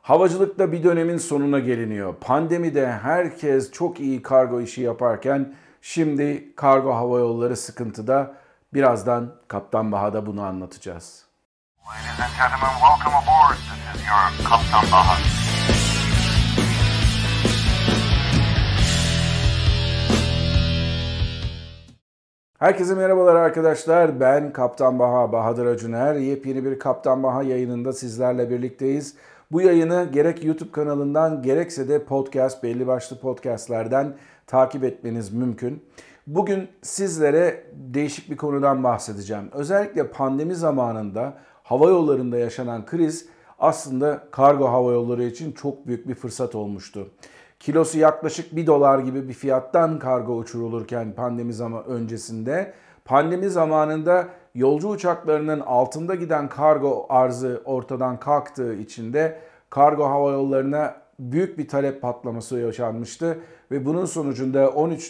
Havacılıkta bir dönemin sonuna geliniyor. Pandemide herkes çok iyi kargo işi yaparken şimdi kargo hava yolları sıkıntıda. Birazdan Kaptan Baha'da bunu anlatacağız. Ladies and gentlemen, welcome aboard. This is your Kaptan Baha. Herkese merhabalar arkadaşlar. Ben Kaptan Baha, Bahadır Acuner. Yepyeni bir Kaptan Baha yayınında sizlerle birlikteyiz. Bu yayını gerek YouTube kanalından gerekse de podcast, belli başlı podcastlerden takip etmeniz mümkün. Bugün sizlere değişik bir konudan bahsedeceğim. Özellikle pandemi zamanında hava yollarında yaşanan kriz aslında kargo hava yolları için çok büyük bir fırsat olmuştu. Kilosu yaklaşık $1 gibi bir fiyattan kargo uçurulurken öncesinde, pandemi zamanında yolcu uçaklarının altında giden kargo arzı ortadan kalktığı için de kargo hava yollarına büyük bir talep patlaması yaşanmıştı. Ve bunun sonucunda $13,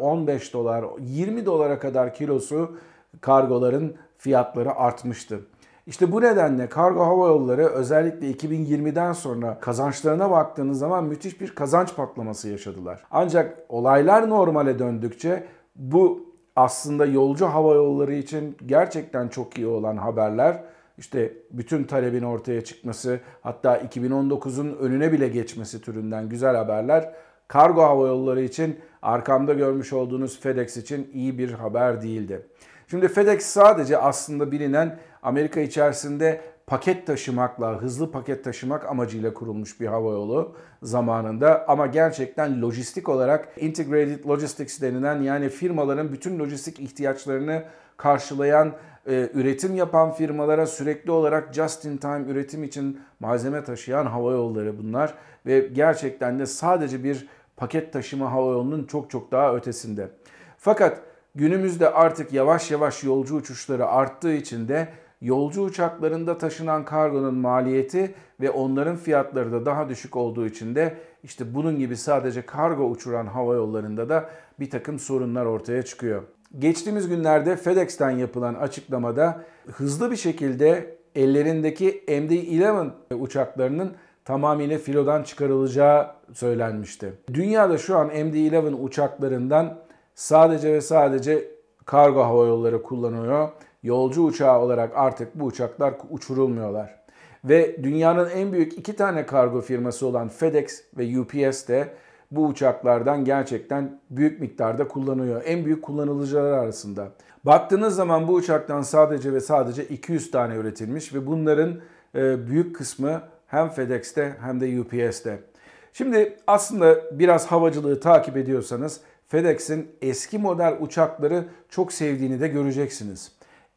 $15, $20 kadar kilosu kargoların fiyatları artmıştı. İşte bu nedenle kargo hava yolları özellikle 2020'den sonra kazançlarına baktığınız zaman müthiş bir kazanç patlaması yaşadılar. Ancak olaylar normale döndükçe bu aslında yolcu hava yolları için gerçekten çok iyi olan haberler, işte bütün talebin ortaya çıkması, hatta 2019'un önüne bile geçmesi türünden güzel haberler, kargo hava yolları için arkamda görmüş olduğunuz FedEx için iyi bir haber değildi. Şimdi FedEx sadece aslında bilinen Amerika içerisinde paket taşımakla, hızlı paket taşımak amacıyla kurulmuş bir havayolu zamanında, ama gerçekten lojistik olarak Integrated Logistics denilen, yani firmaların bütün lojistik ihtiyaçlarını karşılayan, üretim yapan firmalara sürekli olarak just in time üretim için malzeme taşıyan havayolları bunlar ve gerçekten de sadece bir paket taşıma havayolunun çok çok daha ötesinde. Fakat günümüzde artık yavaş yavaş yolcu uçuşları arttığı için de yolcu uçaklarında taşınan kargonun maliyeti ve onların fiyatları da daha düşük olduğu için de işte bunun gibi sadece kargo uçuran hava yollarında da bir takım sorunlar ortaya çıkıyor. Geçtiğimiz günlerde FedEx'ten yapılan açıklamada hızlı bir şekilde ellerindeki MD-11 uçaklarının tamamıyla filodan çıkarılacağı söylenmişti. Dünyada şu an MD-11 uçaklarından sadece ve sadece kargo hava yolları kullanıyor. Yolcu uçağı olarak artık bu uçaklar uçurulmuyorlar. Ve dünyanın en büyük 2 tane kargo firması olan FedEx ve UPS de bu uçaklardan gerçekten büyük miktarda kullanıyor. En büyük kullanıcılar arasında. Baktığınız zaman bu uçaktan sadece ve sadece 200 tane üretilmiş ve bunların büyük kısmı hem FedEx'te hem de UPS'te. Şimdi aslında biraz havacılığı takip ediyorsanız FedEx'in eski model uçakları çok sevdiğini de göreceksiniz.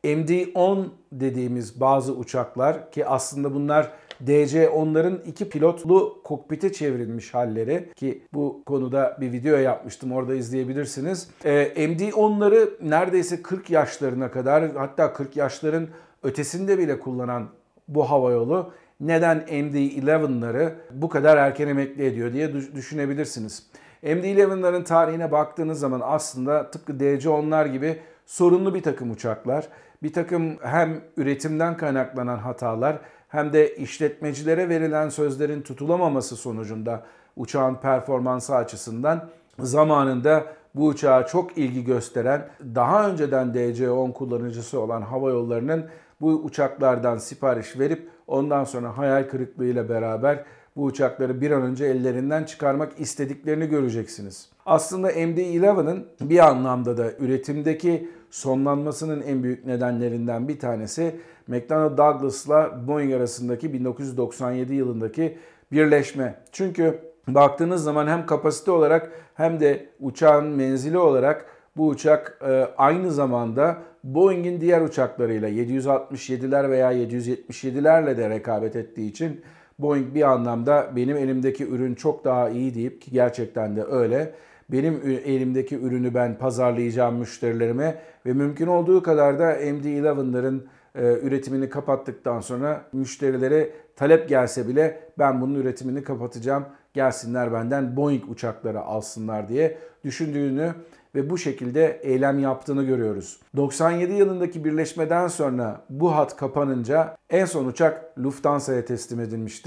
MD-10 dediğimiz bazı uçaklar, ki aslında bunlar DC-10'ların 2 pilotlu kokpite çevrilmiş halleri, ki bu konuda bir video yapmıştım, orada izleyebilirsiniz. MD-10'ları neredeyse 40 yaşlarına kadar, hatta 40 yaşların ötesinde bile kullanan bu havayolu neden MD-11'ları bu kadar erken emekli ediyor diye düşünebilirsiniz. MD-11'ların tarihine baktığınız zaman aslında tıpkı DC-10'lar gibi sorunlu bir takım uçaklar, bir takım hem üretimden kaynaklanan hatalar hem de işletmecilere verilen sözlerin tutulamaması sonucunda uçağın performansı açısından zamanında bu uçağa çok ilgi gösteren, daha önceden DC-10 kullanıcısı olan havayollarının bu uçaklardan sipariş verip ondan sonra hayal kırıklığıyla beraber bu uçakları bir an önce ellerinden çıkarmak istediklerini göreceksiniz. Aslında MD-11'ın bir anlamda da üretimdeki sonlanmasının en büyük nedenlerinden bir tanesi McDonnell Douglas'la Boeing arasındaki 1997 yılındaki birleşme. Çünkü baktığınız zaman hem kapasite olarak hem de uçağın menzili olarak bu uçak aynı zamanda Boeing'in diğer uçaklarıyla 767'ler veya 777'lerle de rekabet ettiği için Boeing bir anlamda benim elimdeki ürün çok daha iyi deyip, ki gerçekten de öyle, benim elimdeki ürünü ben pazarlayacağım müşterilerime ve mümkün olduğu kadar da MD-11'ların üretimini kapattıktan sonra müşterilere talep gelse bile ben bunun üretimini kapatacağım, gelsinler benden Boeing uçakları alsınlar diye düşündüğünü ve bu şekilde eylem yaptığını görüyoruz. 97 yılındaki birleşmeden sonra bu hat kapanınca en son uçak Lufthansa'ya teslim edilmişti.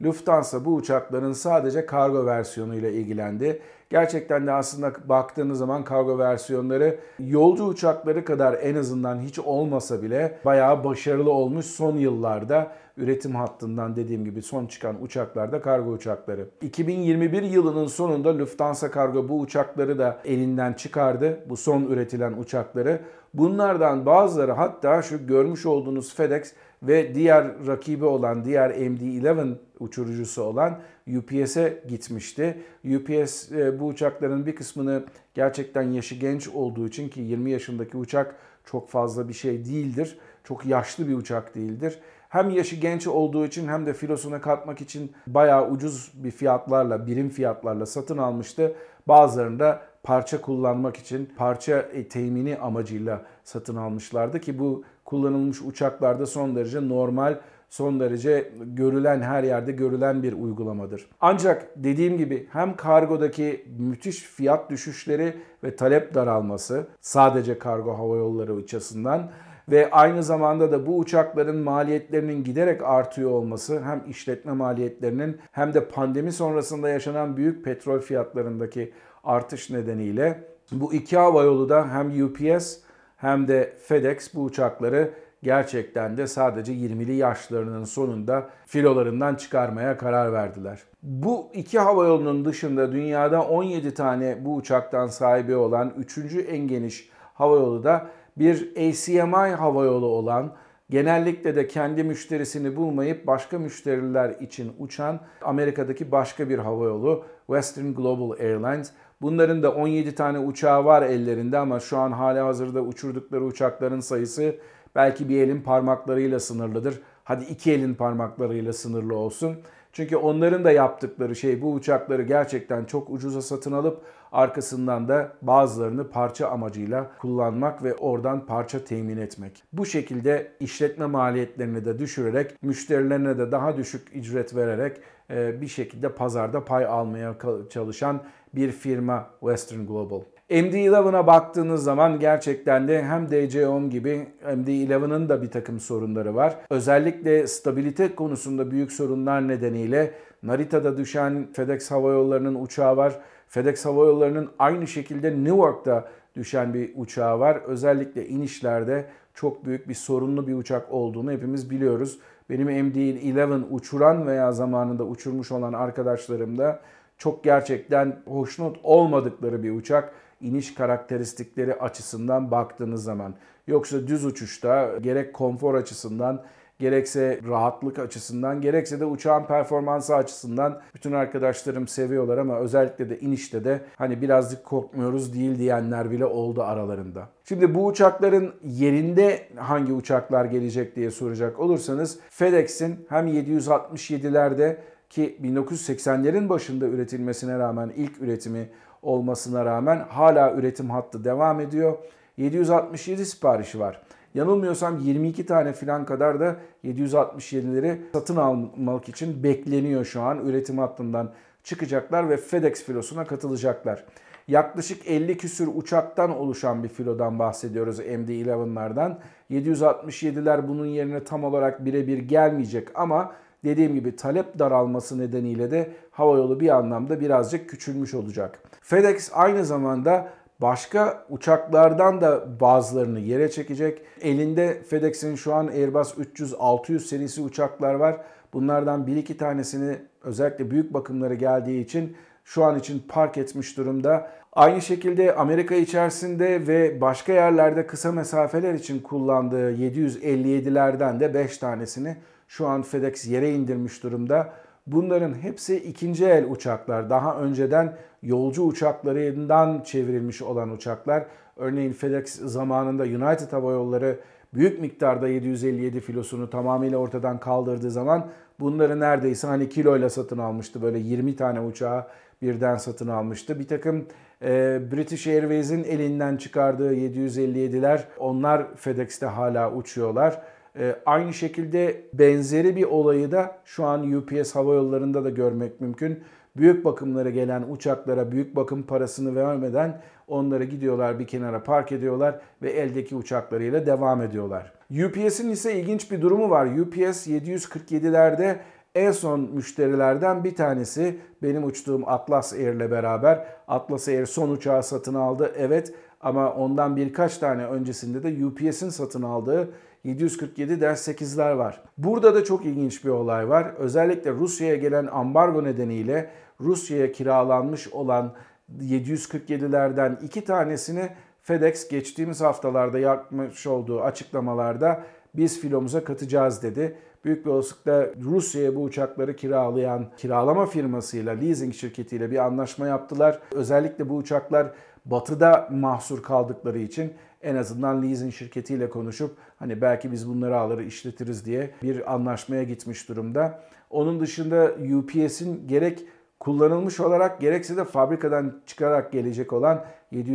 Lufthansa bu uçakların sadece kargo versiyonuyla ilgilendi. Gerçekten de aslında baktığınız zaman kargo versiyonları yolcu uçakları kadar en azından hiç olmasa bile bayağı başarılı olmuş son yıllarda. Üretim hattından dediğim gibi son çıkan uçaklarda kargo uçakları. 2021 yılının sonunda Lufthansa Kargo bu uçakları da elinden çıkardı. Bu son üretilen uçakları. Bunlardan bazıları hatta şu görmüş olduğunuz FedEx ve diğer rakibi olan, diğer MD-11 uçurucusu olan UPS'e gitmişti. UPS bu uçakların bir kısmını gerçekten yaşı genç olduğu için, ki 20 yaşındaki uçak çok fazla bir şey değildir. Çok yaşlı bir uçak değildir. Hem yaşı genç olduğu için hem de filosuna katmak için bayağı ucuz bir fiyatlarla, birim fiyatlarla satın almıştı. Bazılarını da parça kullanmak için, parça temini amacıyla satın almışlardı ki bu kullanılmış uçaklarda son derece normal, son derece görülen, her yerde görülen bir uygulamadır. Ancak dediğim gibi hem kargodaki müthiş fiyat düşüşleri ve talep daralması, sadece kargo havayolları açısından ve aynı zamanda da bu uçakların maliyetlerinin giderek artıyor olması, hem işletme maliyetlerinin hem de pandemi sonrasında yaşanan büyük petrol fiyatlarındaki artış nedeniyle bu iki havayolu da hem UPS hem de FedEx bu uçakları gerçekten de sadece 20'li yaşlarının sonunda filolarından çıkarmaya karar verdiler. Bu iki havayolunun dışında dünyada 17 tane bu uçaktan sahibi olan 3. en geniş havayolu da bir ACMI havayolu olan, genellikle de kendi müşterisini bulmayıp başka müşteriler için uçan Amerika'daki başka bir havayolu Western Global Airlines. Bunların da 17 tane uçağı var ellerinde ama şu an halihazırda uçurdukları uçakların sayısı belki bir elin parmaklarıyla sınırlıdır. Hadi iki elin parmaklarıyla sınırlı olsun. Çünkü onların da yaptıkları şey bu uçakları gerçekten çok ucuza satın alıp arkasından da bazılarını parça amacıyla kullanmak ve oradan parça temin etmek. Bu şekilde işletme maliyetlerini de düşürerek, müşterilerine de daha düşük ücret vererek bir şekilde pazarda pay almaya çalışan bir firma Western Global. MD-11'a baktığınız zaman gerçekten de hem DC-10 gibi MD-11'ın da bir takım sorunları var. Özellikle stabilite konusunda büyük sorunlar nedeniyle Narita'da düşen FedEx Hava Yolları'nın uçağı var. FedEx Hava Yolları'nın aynı şekilde Newark'ta düşen bir uçağı var. Özellikle inişlerde çok büyük bir sorunlu bir uçak olduğunu hepimiz biliyoruz. Benim MD-11 uçuran veya zamanında uçurmuş olan arkadaşlarım da çok gerçekten hoşnut olmadıkları bir uçak. İniş karakteristikleri açısından baktığınız zaman. Yoksa düz uçuşta gerek konfor açısından, gerekse rahatlık açısından, gerekse de uçağın performansı açısından bütün arkadaşlarım seviyorlar ama özellikle de inişte de hani birazcık korkmuyoruz değil diyenler bile oldu aralarında. Şimdi bu uçakların yerinde hangi uçaklar gelecek diye soracak olursanız FedEx'in hem 767'lerde ki 1980'lerin başında üretilmesine rağmen ilk üretimi olmasına rağmen hala üretim hattı devam ediyor. 767 siparişi var. Yanılmıyorsam 22 tane filan kadar da 767'leri satın almak için bekleniyor şu an. Üretim hattından çıkacaklar ve FedEx filosuna katılacaklar. Yaklaşık 50 küsür uçaktan oluşan bir filodan bahsediyoruz MD-11'lardan. 767'ler bunun yerine tam olarak birebir gelmeyecek ama dediğim gibi talep daralması nedeniyle de havayolu bir anlamda birazcık küçülmüş olacak. FedEx aynı zamanda başka uçaklardan da bazılarını yere çekecek. Elinde FedEx'in şu an Airbus 300-600 serisi uçaklar var. Bunlardan 1-2 tanesini özellikle büyük bakımları geldiği için şu an için park etmiş durumda. Aynı şekilde Amerika içerisinde ve başka yerlerde kısa mesafeler için kullandığı 757'lerden de 5 tanesini şu an FedEx yere indirmiş durumda. Bunların hepsi ikinci el uçaklar. Daha önceden yolcu uçaklarından çevrilmiş olan uçaklar. Örneğin FedEx zamanında United Hava Yolları büyük miktarda 757 filosunu tamamıyla ortadan kaldırdığı zaman bunları neredeyse hani kiloyla satın almıştı. Böyle 20 tane uçağı birden satın almıştı. Bir takım British Airways'in elinden çıkardığı 757'ler, onlar FedEx'te hala uçuyorlar. Aynı şekilde benzeri bir olayı da şu an UPS Hava Yolları'nda da görmek mümkün. Büyük bakımlara gelen uçaklara büyük bakım parasını vermeden onları gidiyorlar bir kenara park ediyorlar ve eldeki uçaklarıyla devam ediyorlar. UPS'in ise ilginç bir durumu var. UPS 747'lerde En son müşterilerden bir tanesi benim uçtuğum Atlas Air ile beraber. Atlas Air son uçağı satın aldı, evet, ama ondan birkaç tane öncesinde de UPS'in satın aldığı 747-8'ler var. Burada da çok ilginç bir olay var. Özellikle Rusya'ya gelen ambargo nedeniyle Rusya'ya kiralanmış olan 747'lerden 2 tanesini FedEx geçtiğimiz haftalarda yapmış olduğu açıklamalarda biz filomuza katacağız dedi. Büyük bir olasılıkla Rusya'ya bu uçakları kiralayan kiralama firmasıyla, leasing şirketiyle bir anlaşma yaptılar. Özellikle bu uçaklar batıda mahsur kaldıkları için en azından leasing şirketiyle konuşup hani belki biz bunları alır işletiriz diye bir anlaşmaya gitmiş durumda. Onun dışında UPS'in gerek kullanılmış olarak gerekse de fabrikadan çıkarak gelecek olan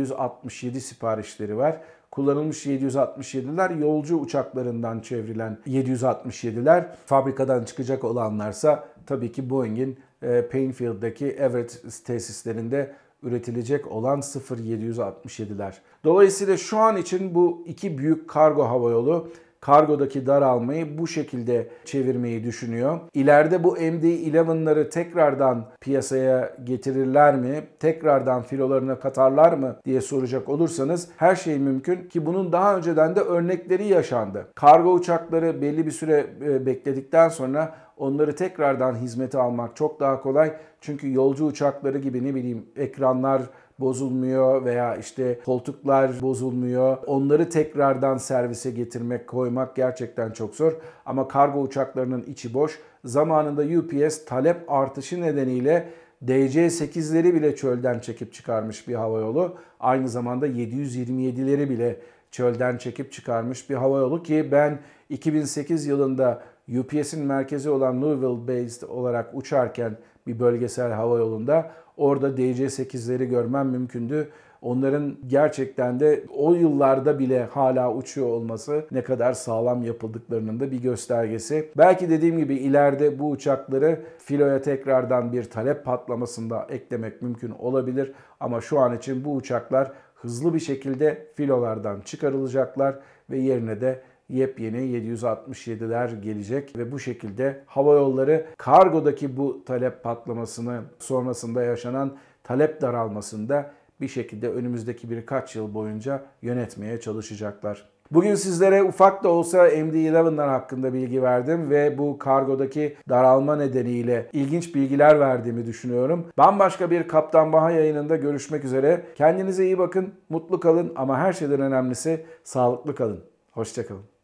767 siparişleri var. Kullanılmış 767'ler yolcu uçaklarından çevrilen 767'ler, fabrikadan çıkacak olanlarsa tabii ki Boeing'in Plainfield'daki Everett tesislerinde üretilecek olan 0767'ler. Dolayısıyla şu an için bu iki büyük kargo havayolu kargodaki daralmayı bu şekilde çevirmeyi düşünüyor. İleride bu MD-11'ları tekrardan piyasaya getirirler mi? Tekrardan filolarına katarlar mı diye soracak olursanız her şey mümkün ki bunun daha önceden de örnekleri yaşandı. Kargo uçakları belli bir süre bekledikten sonra onları tekrardan hizmete almak çok daha kolay. Çünkü yolcu uçakları gibi ne bileyim ekranlar bozulmuyor veya işte koltuklar bozulmuyor. Onları tekrardan servise getirmek, koymak gerçekten çok zor. Ama kargo uçaklarının içi boş. Zamanında UPS talep artışı nedeniyle DC-8'leri bile çölden çekip çıkarmış bir havayolu. Aynı zamanda 727'leri bile çölden çekip çıkarmış bir havayolu ki ben 2008 yılında UPS'in merkezi olan Louisville based olarak uçarken bir bölgesel havayolunda orada DC-8'leri görmem mümkündü. Onların gerçekten de o yıllarda bile hala uçuyor olması ne kadar sağlam yapıldıklarının da bir göstergesi. Belki dediğim gibi ileride bu uçakları filoya tekrardan bir talep patlamasında eklemek mümkün olabilir. Ama şu an için bu uçaklar hızlı bir şekilde filolardan çıkarılacaklar ve yerine de yepyeni 767'ler gelecek ve bu şekilde havayolları kargodaki bu talep patlamasını sonrasında yaşanan talep daralmasında bir şekilde önümüzdeki birkaç yıl boyunca yönetmeye çalışacaklar. Bugün sizlere ufak da olsa MD-11'ler hakkında bilgi verdim ve bu kargodaki daralma nedeniyle ilginç bilgiler verdiğimi düşünüyorum. Bambaşka bir Kaptan Baha yayınında görüşmek üzere. Kendinize iyi bakın, mutlu kalın ama her şeyden önemlisi sağlıklı kalın. Hoşça kalın.